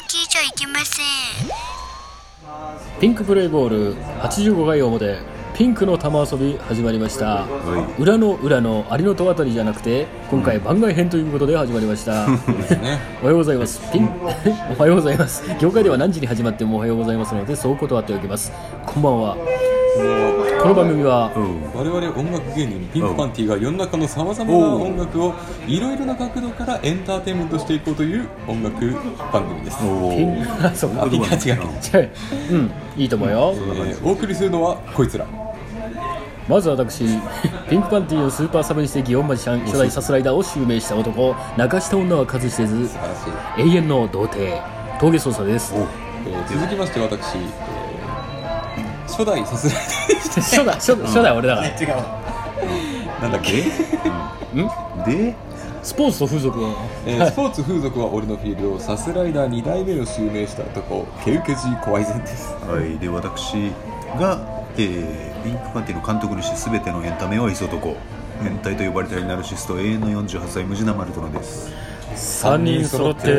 聞いちゃいけません。 ピンクプレイボール85回表、ピンクの玉遊び始まりました。裏の裏のアリの戸渡りじゃなくて、今回番外編ということで始まりました。おはようございます。おはようございます。業界では何時に始まってもおはようございますので、そう断っておきます。こんばんは。この番組は、 我々音楽芸人ピンクパンティが世の中のさまざまな音楽をいろいろな角度からエンターテインメントしていこうという音楽番組です。 そうか、 違う、 いいと思うよ。 お送りするのはこいつら。 まず私、ピンクパンティをスーパーサブにして祇園マジシャン初代サスライダーを襲名した男、泣かした女は数知れず永遠の童貞峠捜査です。 続きまして私、初代サスライダー初代俺だから。 違う、なんだっけでスポーツと風俗を、 スポーツ風俗は俺のフィールド、サスライダー2代目を襲名した男、ケウケジ怖いぜんです。 はい、で私が、ピンクパンティの監督にして全てのエンタメを愛す男、変態と呼ばれたりナルシスト永遠の48歳ムジナマルトナです。 3人揃って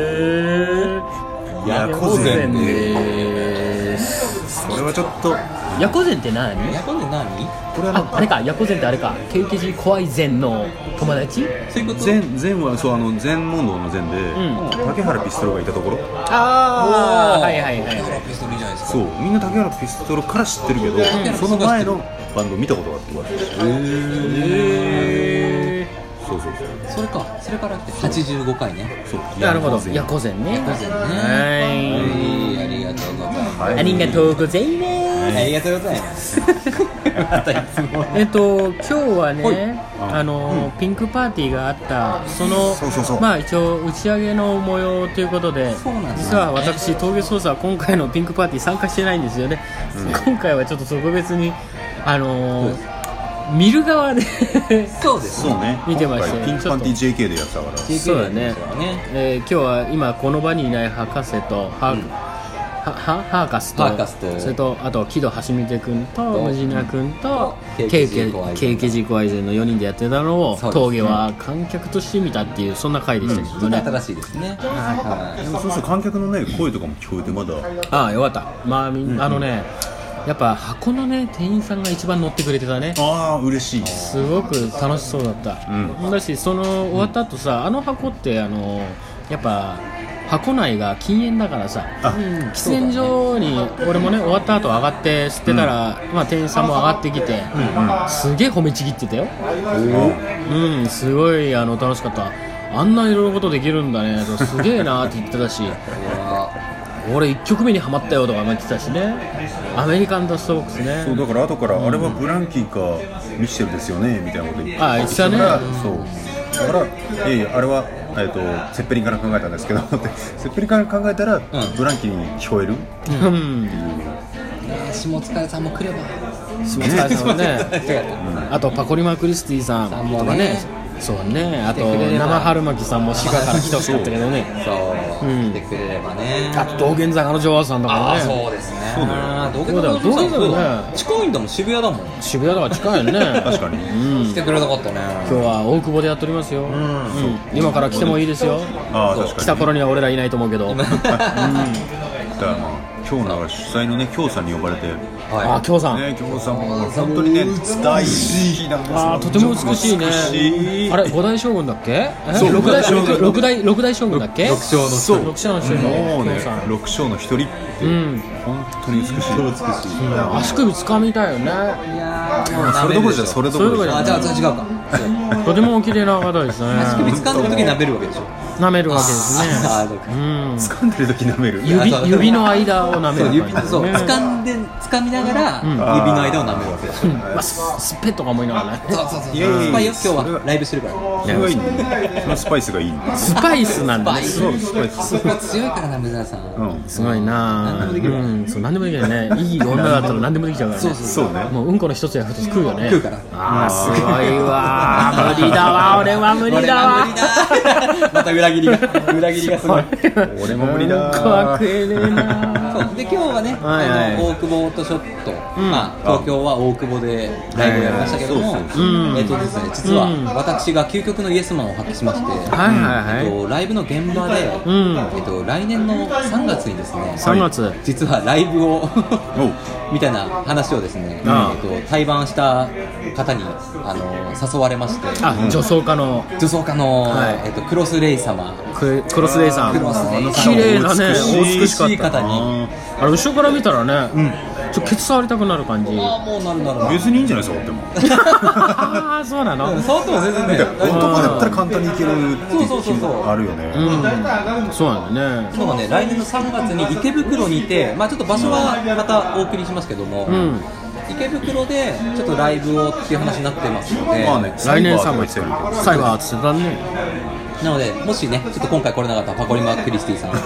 ヤコゼンです。 これはちょっとヤコゼンって何？ ヤコゼン何？ これはあれか、ヤコゼンってあれか、ケウケジ怖いゼンの友達？ そういうこと？ ゼンはそう禅問答の禅で、竹原ピストルがいたところ。 ああ、はいはいはい。 ピストルいいじゃないですか。 そう、みんな竹原ピストルから知ってるけど、その前のバンド見たことがあって言われて。そうそれか、それからって85回ね。 そう、 なるほど、ヤコゼンね。 ヤコゼンね。 はい、 ありがとうございます。 ありがとうございます。 ありがとうございます。またいつも。 今日はね、ピンクパーティーがあったそのまあ一応打ち上げの模様ということで、実は私峠捜査は今回のピンクパーティー参加してないんですよね。今回はちょっと特別に見る側でそうですね、 見てましたよ。 ピンクパンティ JK でやったから。 そうだね。今日は今この場にいない博士とハーカスとそれとあと木戸橋見君とムジナ君とケイケジ怖いぜの4人でやってたのを峠は観客として見たっていう、そんな回でしたけどね。 新しいですね。 そうそう、観客のね声とかも聞こえて、まだああよかった。まあやっぱ箱のね店員さんが一番乗ってくれてたね。 ああ嬉しい。 すごく楽しそうだった。だしその終わった後さ、あの箱ってやっぱ箱内が禁煙だからさ、喫煙所に俺もね終わった後上がって吸ってたら、店員さんも上がってきて、すげえ褒めちぎってたよ。すごい楽しかった。あんないろいろことできるんだね、すげえなって言ってたし俺1曲目にハマったよとか言ってたしね。アメリカンダストボックスね。 そうだから後から、あれはブランキーかミッシェルですよねみたいなこと言って、 言ってたね。 そうだからあれはセッペリンから考えたんですけどセッペリンから考えたら、ブランキーに聞こえるっていう、 下塚さんも来れば、 下塚さんもねあとパコリマクリスティさんとかね。そうね、あと生春巻さんも滋賀から来てほしかったけどね。 そう、来てくれればね。 あと道玄坂の女王さんだからね。 そうですね。 道玄坂の女王さん近いんだもん、渋谷だもん。 渋谷だから近いよね。 確かに。 来てくれなかったね。 今日は大久保でやっておりますよ。今から来てもいいですよ。来た頃には俺らいないと思うけど。 今日の主催のね京さんに呼ばれて、 京さんも本当にね大好きなんですよ。 とても美しいね。あれ5代将軍だっけ？6代将軍だっけ？6将の一人もうね6将の一人って本当に美しい。 足首掴みたいよね。 それどころじゃそれどころじゃ。 じゃあ違うか。 とてもお綺麗な方ですね。 足首掴んでる時舐めるわけでしょ。 舐めるわけですね。 掴んでる時舐める。 指の間を舐める。 そう、掴みながら指の間を舐めるわけでしょ。 スペッとか思いながらね。 スパイよ、今日はライブしてるから。 それはいいね。そのスパイスがいい。 スパイスなんだね。 そこ強いからな、ムザさん。 すごいな。 そう何でもできるね。いい女だったら何でもできちゃうからね。 そうね。 もううんこの一つや二つ食うよね。 食うからああすごいわー。無理だわ俺は無理だわ。 また裏切りがすごい。 俺も無理だ。 うんこは食えねえな。 そうで今日はね、 はいはい大久保とショット、まあ、東京は大久保でライブをやりましたけども、 そうですね、実は私が究極のイエスマンを発揮しまして、 はいはいはい。 ライブの現場で、来年の3月にですね、 3月実はライブをみたいな話をですね、対バンした方に誘われまして、 女装家のクロスレイ様、 クロスレイさん、綺麗なね、お美しかった方に、 あれ後ろから見たらね、ちょっとケツ触りたくなる感じ。 もうなる別にいいんじゃないですか、でも。 ああそうなの。 触っても全然ね、 男だったら簡単にいけるっていう気もあるよね。 そうなんだね。 そうね、来年の3月に池袋にいて、まあちょっと場所はまたお送りしますけども、池袋でちょっとライブをっていう話になってますので、 来年3月サイバーって言ってたね。 なのでもしねちょっと今回来れなかったパコリマ・クリスティさん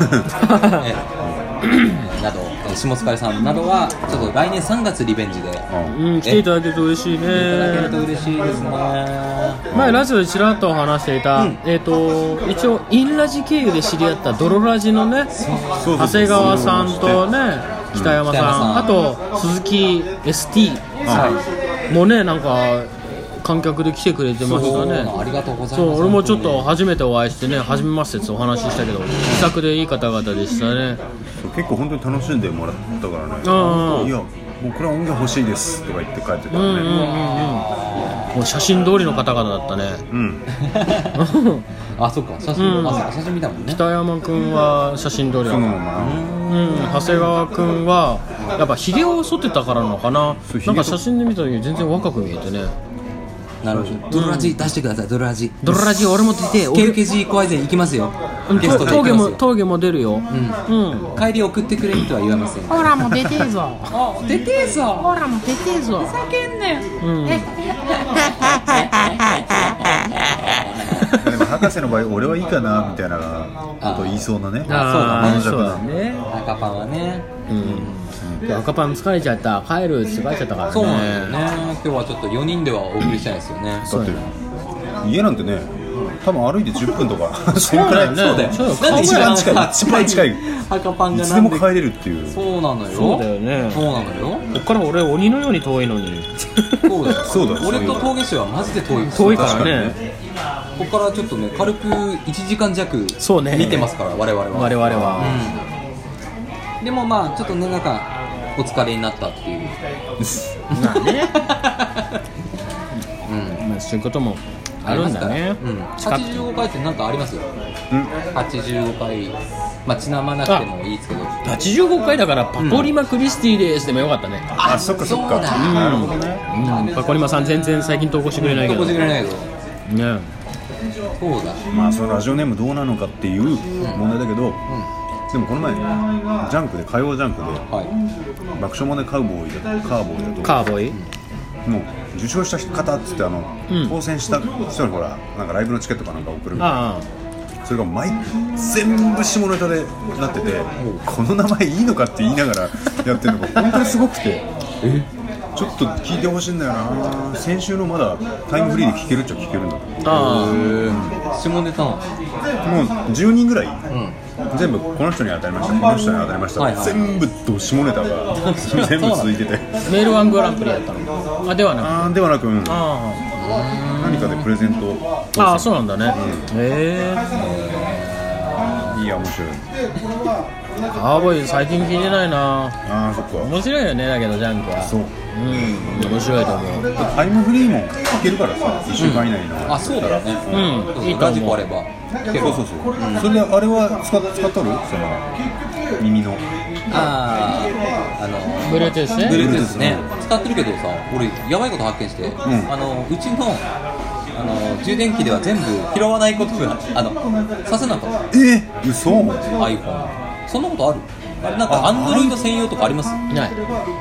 など下疲れさんなどはちょっと来年3月リベンジで、 来ていただけると嬉しいね。 いただけると嬉しいですね。 前ラジオでちらっと話していた、一応インラジ経由で知り合ったドロラジのね、長谷川さんとね、北山さん、あと鈴木 ST もね、なんか観客で来てくれてましたね。 ありがとうございます。 そう、俺もちょっと初めてお会いしてね、初めましてってお話ししたけど、気さくでいい方々でしたね。 結構本当に楽しんでもらったからね。いや、もうこれは音源欲しいですとか言って帰ってたらね。 もう写真通りの方々だったね。 あ、そっか、写真見たもんね。 北山君は写真通りだった。長谷川君はやっぱひげを剃ってたからなのかな。なんか写真で見た時全然若く見えてね。 なるほど。ドロラジ出してください。ドロラジ俺も出て、 KKG コアイゼン行きますよ。ゲストで行きますよ。 峠も出るよ。 帰り送ってくれるとは言わません。 ほらもう出てえぞ。 出てえぞ。 ほらもう出てえぞ。 叫んねん。 でも博士の場合俺はいいかなみたいなこと言いそうなね。 そうだね。 赤パンはね。 赤パン疲れちゃった、帰るって疲れちゃったからね。 そうなんだよね。今日はちょっと4人ではお送りしたいですよね。 だって家なんてね、多分歩いて10分とかそうだよね。 一番近い赤パンがいつでも帰れるっていう。 そうなのよ。 そうだよね。 そうなのよ。 こっから俺鬼のように遠いのに。 そうだ。俺と峠市はマジで遠いからね。 ここからちょっとね軽く1時間弱見てますから我々は。でもまあちょっとねなんかお疲れになったっていう。 まあね。まあそういうこともあるんだね。 85回ってなんかありますよ。85回。まあ血なまなくてもいいですけど。 85回だからパコリマクリスティですでもよかったね。 あ、そっかそっか。なるほどね。 パコリマさん全然最近投稿してくれないけど。ね。 そうだ。 まあそのラジオネームどうなのかっていう問題だけど。でもこの前ジャンクで火曜ジャンクで爆笑問題カーボーイもう受賞した方っつって当選した人にほらなんかライブのチケットかなんか送るみたいな、それが全部下ネタでなってて、この名前いいのかって言いながらやってるのが本当にすごくてちょっと聞いてほしいんだよな。先週のまだタイムフリーで聞けるっちゃ聞けるんだと。 下ネタなのもう10人ぐらい、全部この人に当たりましたこの人に当たりました、全部と下ネタが全部続いててメールワングランプリやったのではなく何かでプレゼントそうなんだね。 いや面白い。 カーボーイ最近聞いてないな。 そっか。 面白いよね。だけどジャンクはそう、面白いと思う。 タイムフリーも聞けるからさ、1週間以内の。 そうだね。 いいと思う。 あればそうそれであれは使っとるその耳の Bluetooth ね使ってるけどさ、俺やばいこと発見して、うちの充電器では全部拾わないことがさせなかった。 嘘。 iPhone そんなことある？あれなんか Android 専用とかあります？ ないね。 あれ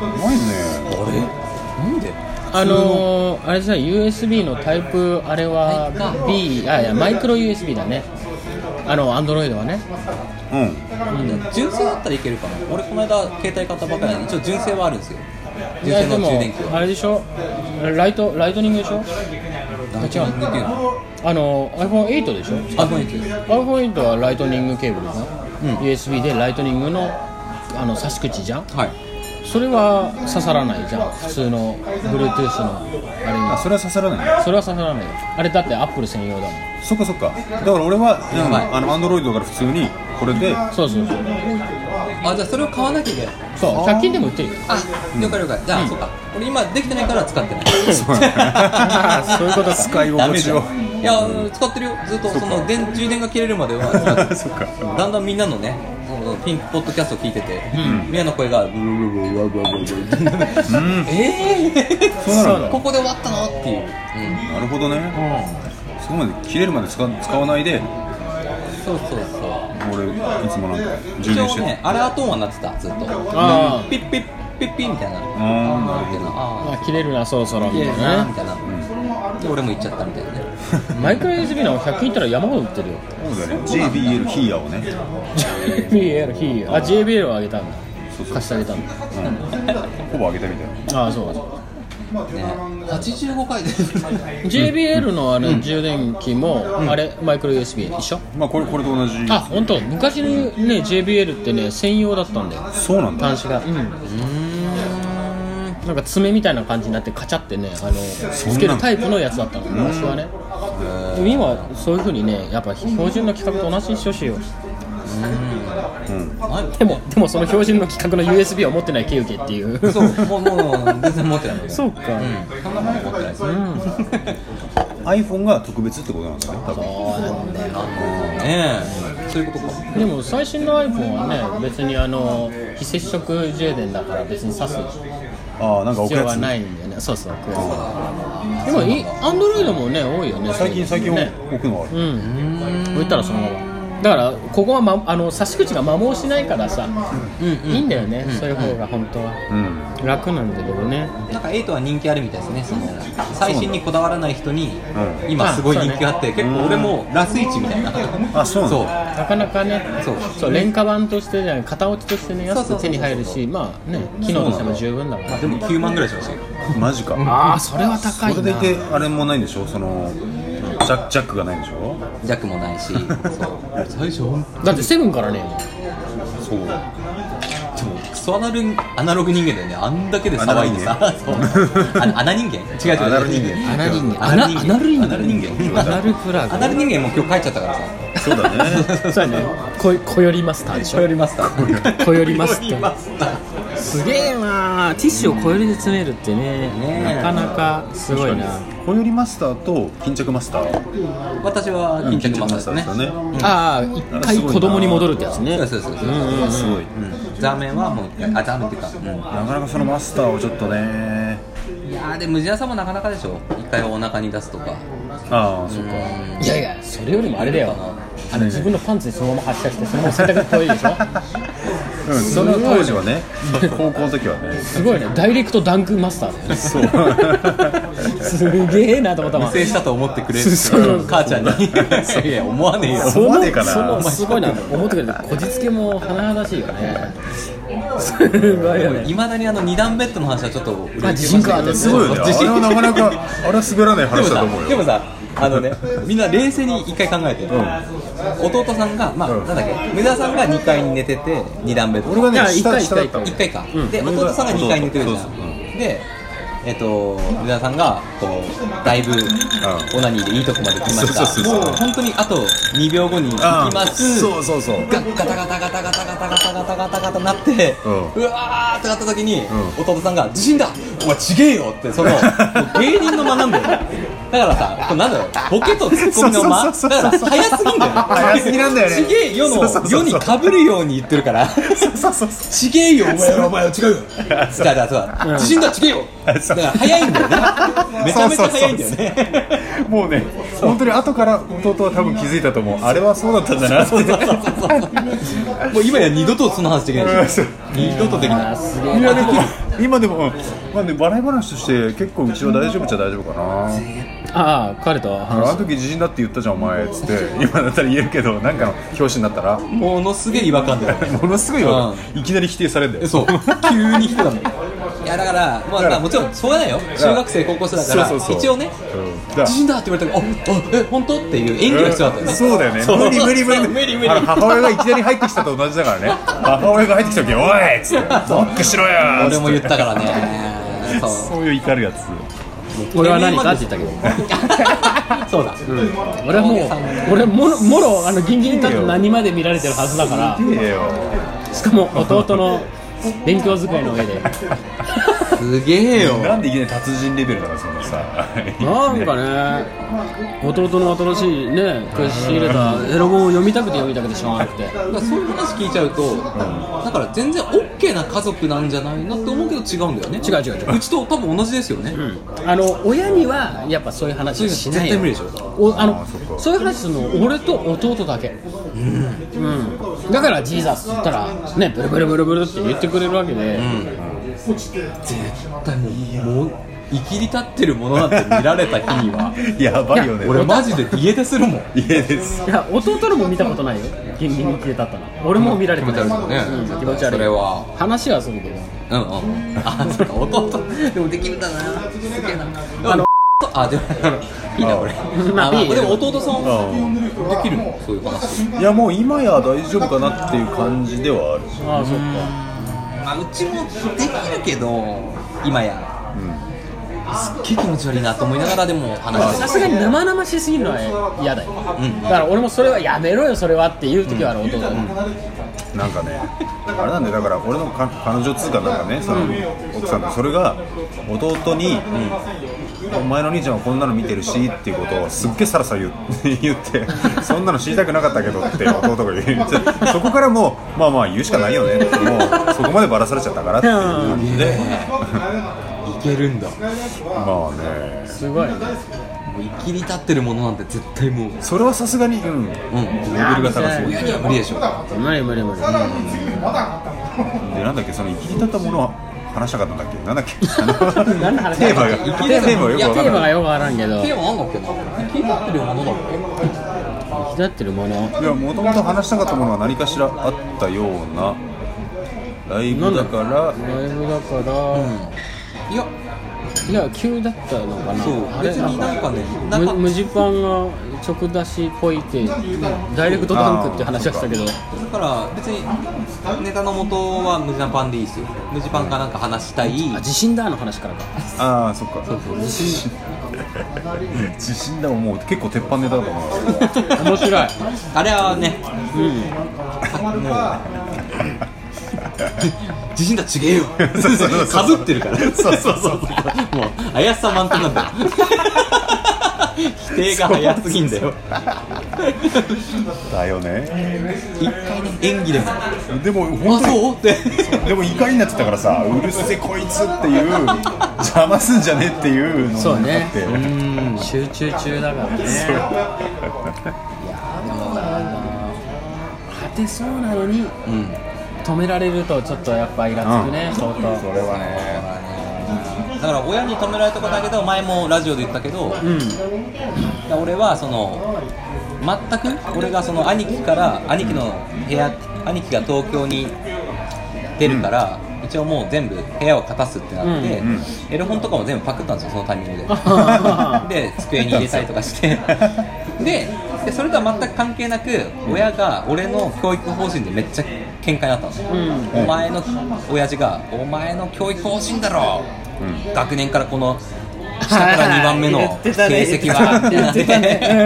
なんで？ あれさ USB のタイプあれは B マイクロ USB だね。 アンドロイドはね。 純正だったらいけるかな。俺この間携帯買ったばかりで一応純正はあるんですよ。純正の充電器は。 あれでしょ、ライトニングでしょ。 ライトニングっていうのiPhone8 でしょ。 iPhone8 はライトニングケーブルじゃん、USB でライトニングの差し口じゃん、それは刺さらないじゃん、普通の Bluetooth のあれに。 それは刺さらない。 それは刺さらないよ。あれだって Apple 専用だもん。 そっか。だから俺はAndroid だから普通にこれで。 そう。 じゃあそれを買わなきゃいけない。 そう、100均でも売ってるよ。 了解。じゃあ、そうか。俺今できてないから使ってない。 そういうことか。 使い心地を。 いや、使ってるよ。ずっとその充電が切れるまでは。 そっか。 だんだんみんなのね、ピンクポッドキャストを聞いてて、みんなの声がここで終わったのっていう。 なるほどね。そこまで切れるまで使わないで。 そう俺いつもなんか充電してる。 アラート音は鳴ってた、ずっと。ピッピッピッピッみたいな。 切れるな、そろそろみたいなね。 で俺も行っちゃったみたいなね。 マイクロ USB の100均行ったら山ほど売ってるよ。 そうだね。JBL ヒーヤをね。 JBL をあげたんだ。貸してあげたんだ。 ほぼあげたみたいな。 そう。 85回で JBL の充電器もあれマイクロ USB 一緒？ これと同じ。 本当。昔ね JBL ってね専用だったんだよ。 そうなんだ。 端子が。なんか爪みたいな感じになってカチャってねつけるタイプのやつだったの昔はね。今そういう風にねやっぱ標準の規格と同じにしてほしいよ。でもその標準の規格の USB を持ってないケウケっていう。 そう、もう全然持ってない。 そうか。 そんなもん持ってないです。 iPhone が特別ってことなんですね。 そうなんだよね。そういうことか。 でも最新の iPhone はね別に非接触充電だから別に挿すなんか必要はないんだよね。そう。でもAndroid もね多いよね。 最近置くのは置いたらそのまま。だからここは、差し口が摩耗しないからさ、いいんだよね、そういう方が本当は、楽なんだけどね。 なんか8は人気あるみたいですね。その最新にこだわらない人に今すごい人気があって、結構俺もラスイチみたいな。 そうなかなかね、そう廉価版としてじゃない型落ちとしてね安く手に入るし、まあね機能としても十分だから。 でも9万ぐらいしましたよ。 マジか。 それは高いな。 それでいてあれもないんでしょ、そのジャックがないんでしょ。 ジャックもないし、最初だって7からね。 そう。でもクソアナログ人間だよね。あんだけで騒いでさ。アナ人間？違う。 アナル人間。アナルフラグ。 アナル人間も今日帰っちゃったからさ。 そうだね。 そうやね。小よりマスターでしょ。小よりマスター。すげえな。ティッシュを小よりで詰めるってね、なかなかすごいな。 小よりマスターと巾着マスター。 私は巾着マスターですね。 一回子供に戻るってやつね。 そう。すごい。ザーメンはもうザーメンっていうか、 なかなかそのマスターをちょっとね。 いやでも無地屋さんもなかなかでしょ。一回お腹に出すとか。 そうか。 いやそれよりもあれだよ。自分のパンツにそのまま発射してそのまま洗濯に超えるでしょ。 その当時はね、高校の時はね、 すごいね、ダイレクトダンクマスターだよね。 そうすげえなと思ったわ。 無制したと思ってくれる母ちゃんに。いや思わねえよ。 思わねえかな。 すごいな思ってくれる。こじつけも甚だしいよね。すごいよね。 いまだに2段ベッドの話はちょっと自信かってすごいよね。あれはなかなかあれは滑らない話だと思うよ。 でもさみんな冷静に一回考えて、弟さんがなんだっけ、梅沢さんが2階に寝てて2段ベッド。 俺がね 1階 1階か。で弟さんが2階に寝てるじゃん。で梅沢さんがこうだいぶオナニーでいいとこまで来ました。もう本当にあと2秒後に行きます。 そうガタガタなって、うわーってなった時に弟さんが地震だ、お前ちげえよって、その芸人の間なんだよ。だからさ、なんだろう、ボケとツッコミの間だから早すぎんだよね。 早すぎなんだよね。 ちげえよの世に被るように言ってるから。ちげえよお前は違うよ。じゃあ地震だちげえよ。だから早いんだよね。めちゃめちゃ早いんだよね。 もうね、本当に後から弟は多分気づいたと思う。あれはそうだったんだなって。 もう今や二度とその話できないし。二度とできない。 いやでも今でも笑い話として結構うちは大丈夫っちゃ大丈夫かな。 ああ彼とあの時地震だって言ったじゃんお前っつって今だったら言えるけどなんかの表紙になったらものすげえ違和感だよねものすごい違和感、いきなり否定されるんだよ。 そう急に否定なんだよ。いやだから、まあ、もちろんしょうがないよ、中学生高校生だからそう一応ね、地震だって言われたら本当っていう演技が必要だったよね。 そうだよね。無理母親がいきなり入ってきたと同じだからね母親が入ってきた時おいっつってバックしろよ俺も言ったからねそういう怒るやつ。 俺は何かって言ったけどそうだ、 俺もろギンギンに立って何まで見られてるはずだからしかも弟の勉強机の上ですげえよ。 なんでいきなり達人レベルだからそのさなんかね弟の新しいね仕入れたエロ本を読みたくてしょうがなくてだからそういう話聞いちゃうと、だから全然 OK な家族なんじゃないなって思うけど違うんだよね。 違ううちと多分同じですよね、 親にはやっぱそういう話しないよ。 絶対無理でしょ。 そういう話するの俺と弟だけ、だからジーザスって言ったらねブルブルブルブルって言ってくれるわけで、 絶対もう生きり立ってるものなんて見られた日にはやばいよね。 俺マジで家出するもん。 家です。 いや弟のも見たことないよ。ギンギンに切れ立ったの俺も見られてない。 気持ち悪い。それは話はするけどあ、そうか弟でもできるんだな。すげえな。でもいいなこれ。でも弟さんできるのそういう話。 いやもう今や大丈夫かなっていう感じではある。 ああそっか。 うちもできるけど今やすっげえ気持ち悪いなと思いながらでも話してさすがに生々しすぎるのは嫌だよ、だから俺もそれはやめろよそれはっていう時はある弟なんかねあれなんでだから俺の彼女っつうかなんかねその奥さんとそれが弟にお前の兄ちゃんはこんなの見てるしっていうことをすっげえさらさら言ってそんなの知りたくなかったけどって弟が言ってそこからもうまあ言うしかないよねってもうそこまでバラされちゃったからっていう感じでいけるんだ。 まあねすごいね。 もう生きり立ってるものなんて絶対もうそれはさすがにレベルが高すぎる。 いや無理でしょ。 無理でなんだっけその生きり立ったものは話したかったんだっけなんだっけテーマがよくわからんけどテーマなんだっけな生きり立ってるものだっけ生き立ってるものいやもともと話したかったものは何かしらあったようなライブだからいや急だったのかな。 そう別になんかねムジパンが直出しっぽいってダイレクトダンクって話はしたけどだから別にネタの元はムジパンでいいですよ。ムジパンかなんか話したい地震だの話からか。 ああそっか地震だももう結構鉄板ネタだと思う面白いあれはね地震だちげえよかぶってるからそうもう怪しさ満点なんだよ否定が早すぎんだよだよね一回ね演技でも本当にそうってでも怒りになってたからさうるせこいつっていう邪魔すんじゃねっていうのそうね集中中だからねいやでも果てそうなのに止められるとちょっとやっぱイラつくね、相当それはねだから親に止められたことだけど前もラジオで言ったけど、俺はその全く俺がその兄貴の部屋兄貴が東京に出るから、一応もう全部部屋を片すってなって、エロ本とかも全部パクったんですよそのタイミングでで机に入れたりとかしてでそれとは全く関係なく親が俺の教育方針でめっちゃ喧嘩になったのね、お前の親父がお前の教育方針だろ、学年からこの下から2番目の成績はってなって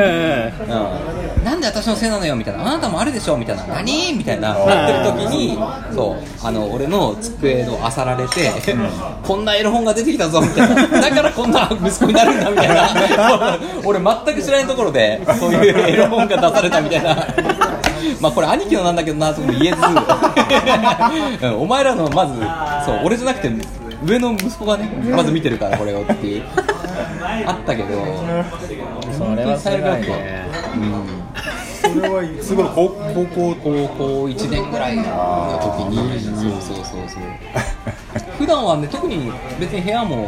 なんで私のせいなのよみたいなあなたもあるでしょみたいな何みたいななってる時にそう俺の机の漁られてこんなエロ本が出てきたぞみたいなだからこんな息子になるんだみたいな俺全く知らないところでそういうエロ本が出されたみたいなまあこれ兄貴のなんだけどなとも言えずお前らのまずそう俺じゃなくて上の息子がねまず見てるからこれをっていうあったけどそれはすごいねそれはすごい高校 1年ぐらいの時にそう普段はね特に別に部屋も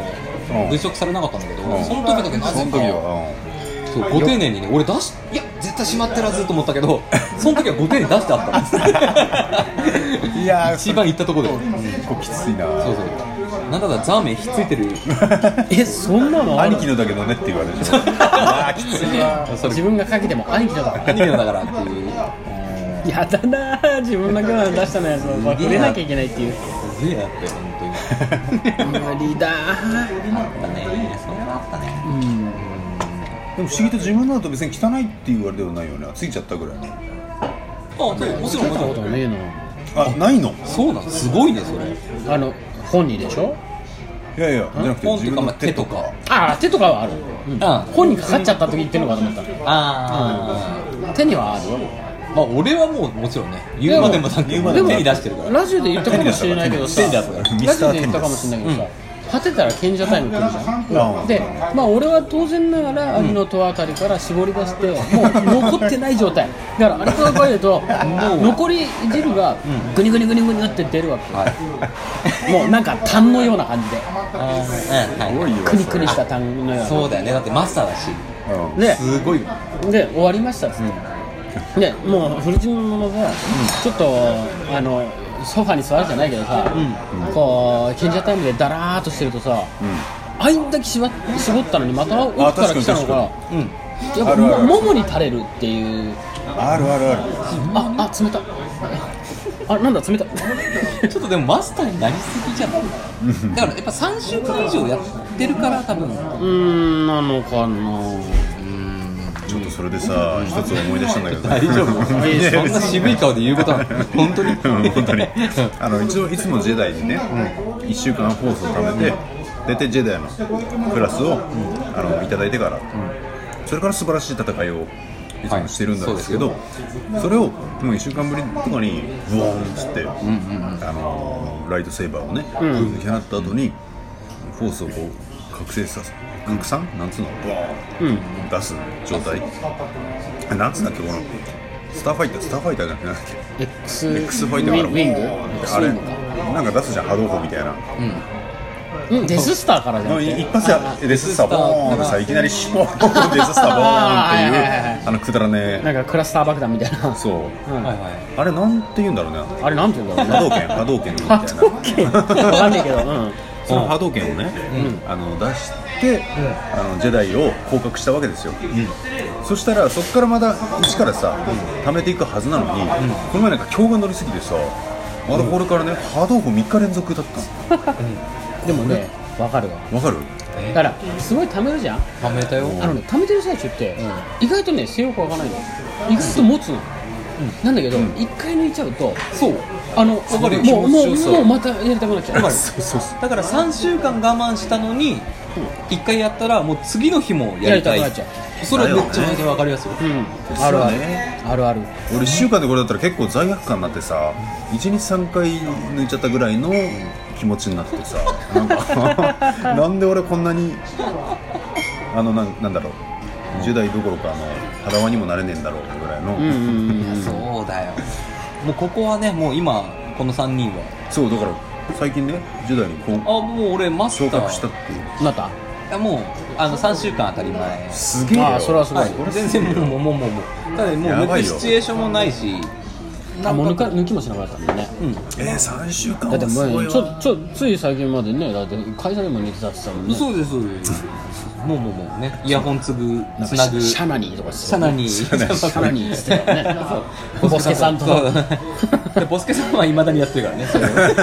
物色されなかったんだけど、その時だけなぜかそうご丁寧にね、俺いや絶対閉まってるはずと思ったけど、その時はご丁寧に出してあったんですいや一番行ったところで結構きついな。 そうそう、なんだかザーメンひっついてるそんなの兄貴のだけどねって言われるでしょきついわ。 自分がかけても兄貴のだから兄貴のだからっていうやだな、自分だけは出したのやつを触れなきゃいけないっていう。 すげえやって本当に無理だ。 あったね、それはあったね。 でも不思議と自分のだと別に汚いって言われではないよね。ついちゃったぐらいの。 そうもちろん見たことねえな。ないの？ そうなの、すごいねそれ。 本にでしょ。 いやじゃなくて自分の手とか。 手とかはある。本にかかっちゃった時言ってんのかと思った。手にはあるよ。 俺はもちろんね、言うまでもなく手に出してるから。 ラジオで言ったかもしれないけどさ、ラジオで言ったかもしれないけどさ、果てたら賢者タイム来るじゃん。で、俺は当然ながらアリの戸あたりから絞り出して、もう残ってない状態だから、あれから入ると残り汁がグニグニグニグニって出るわけ、もうなんかタンのような感じで、クニクニしたタンのような。 そうだよね、だってマスターだし、すごいで終わりましたっつって、でもうフルチンのものがちょっとソファに座るじゃないけどさ、こう賢者タイムでダラーっとしてるとさ、あんだけ絞ったのにまた奥から来たのが、やっぱももに垂れるっていう。 ある。 冷たい。なんだ冷たいちょっとでもマスターになりすぎじゃないだからやっぱ3週間以上やってるから多分なのかな。 ちょっとそれでさ、一つ思い出したんだけど、 大丈夫？そんな渋い顔で言うことは本当に本当に一応いつもジェダイにね、1週間フォースを貯めて、大体ジェダイのクラスをいただいてから、それから素晴らしい戦いをいつもしてるんですけど、それをもう1週間ぶりとかにブワーンっつってライトセーバーをね抜き放った後にフォースをこう覚散なんつうのバーン出す状態、なんつうんだっけ、このスターファイターじゃなくて X ファイターウィングあれなんか出すじゃん、波動砲みたいな。 デススターからじゃん。 一発でデススターボーンってさ、いきなりシュポーンデススターボーンっていうくだらねえ、 なんかクラスター爆弾みたいな。 そう、あれなんて言うんだろうね。 あれなんて言うんだろうね。 波動拳みたいな。 波動拳わかんないけど、 その波動拳をね出してジェダイを降格したわけですよ。そしたらそこからまだ一からさ貯めていくはずなのに、この前なんか強が乗りすぎてさ、まだこれからね波動砲3日連続だったの。 でもね、わかるわ。 わかる？ だからすごい貯めるじゃん。 貯めたよ。 貯めてる最中って意外とね性欲湧かないの。意外と持つの。なんだけど一回抜いちゃうと、そうもうまたやりたくなっちゃう。 だから3週間我慢したのに1回やったらもう次の日もやりたい。それはめっちゃ分かりやすい。 あるある。 俺1週間でこれだったら結構罪悪感になってさ、1日3回抜いちゃったぐらいの気持ちになってさ、なんで俺こんなになんだろう、10代どころか肌輪にもなれねえんだろうぐらいの。 そうだよ。もうここはね、もう今この3人はそうだから最近ね10代にもう俺マスター昇格したっていう。 なった？ いやもう3週間当たり前。 すげえよ。 それはすごい。 全然もうただもう抜くシチュエーションもないし、 もう抜きもしなかったんだね。 3週間だってもうつい最近までね、だって会社でも抜き出してたもんね。 そうですもうね、イヤホンつなぐシャナニーとかシャナニーっつってたね。ボスケさんとボスケさんはいまだにやってるからね。す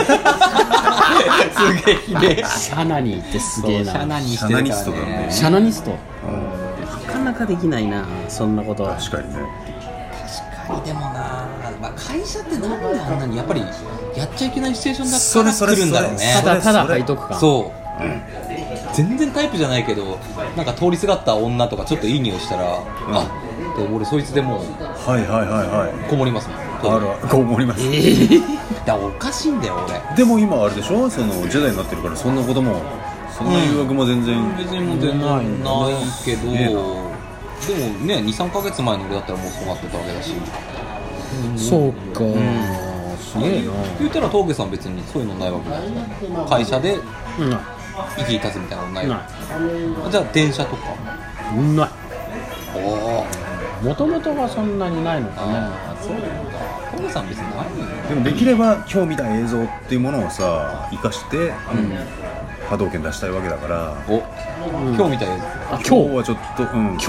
げえひでえ。 シャナニーってすげえな。 シャナニーしてるからね。 シャナニスト。なかなかできないな、そんなことは。 確かにね。 でもな、会社って何であんなにやっぱりやっちゃいけないシチュエーションだから来るんだろうね。 ただ背徳感。 そう、全然タイプじゃないけど、なんか通りすがった女とかちょっといい匂いしたら、で俺そいつでもうこもりますもん。 こもります。 だからおかしいんだよ俺。 でも今あれでしょ、そのジェダイになってるからそんなこともそんな誘惑も全然ないけど、でもね 2,3 ヶ月前の俺だったらもうそうなってたわけだし。 そうか、すげえな。 言ったら峠さん別にそういうのないわけだよ。会社で息立つみたいなのない？ ない。 じゃあ電車とか？ ない。 おお。 もともとはそんなにないのかね。 そうなんだ。トムさん別にないよ。 でもできれば今日見た映像っていうものをさ生かして、波動拳出したいわけだから。 お、今日見た映像。 今日はちょっと、 今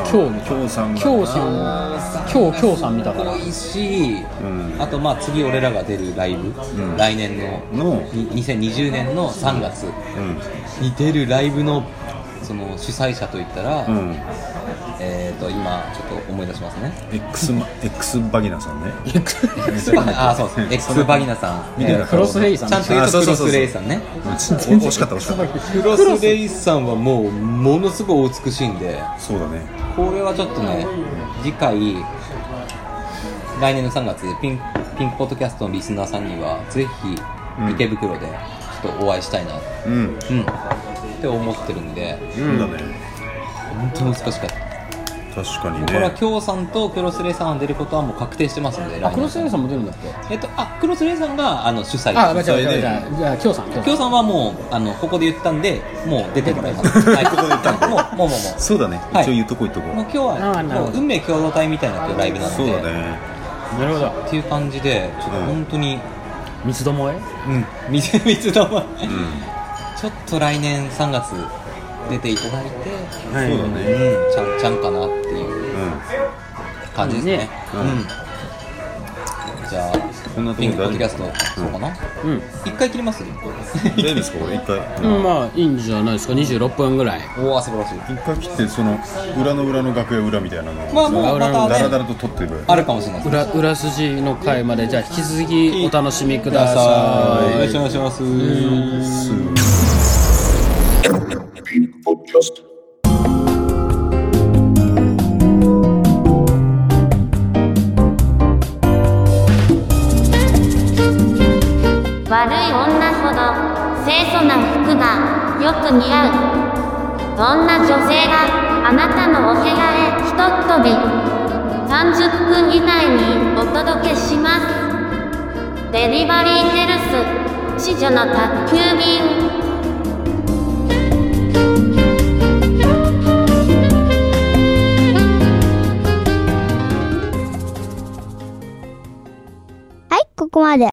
日さん見たから。 多いし、あとまあ次俺らが出るライブ、来年の2020年の3月に出るライブのその主催者といったら、今ちょっと思い出しますね。 X バギナさんね。 あ、そうです。X バギナさん。 クロスレイさん。 ちゃんと言うとクロスレイさんね。 惜しかった。クロスレイさんはもうものすごいお美しいんで。 そうだね。 これはちょっとね、次回来年の3月ピンクポッドキャストのリスナーさんにはぜひ池袋でちょっとお会いしたいなって思ってるんで。 そうだね。 本当に難しかった。 確かにね。 これは京さんとクロスレイさんが出ることはもう確定してますので。 クロスレイさんも出るんだっけ？ クロスレイさんが主催。 じゃあ京さんはもうここで言ったんでもう出てもらいます。はい、ここで言ったんでもうそうだね。一応言っとこう。もう今日はもう運命共同体みたいなライブなので。 そうだね。 なるほど。 っていう感じでちょっと本当に三つどもえ？ 三つどもえ。ちょっと来年3月出ていただいて、 そうだね。 ちゃんかなっていう感じですね。じゃあピンクポッドキャストそうかな。一回切ります？ 大丈夫ですかこれ一回。 まあいいんじゃないですか。26分ぐらい。 おお素晴らしい。 一回切ってその裏の楽屋裏みたいなの。 まあもうまたダラダラと撮ってる。 あるかもしれない。 裏筋の回までじゃあ引き続きお楽しみください。 お願いします。 悪い女ほど清楚な服がよく似合う。そんな女性があなたのお部屋へひとっ飛び。30分以内にお届けします。デリバリーヘルス子女の宅急便。 はい、ここまで。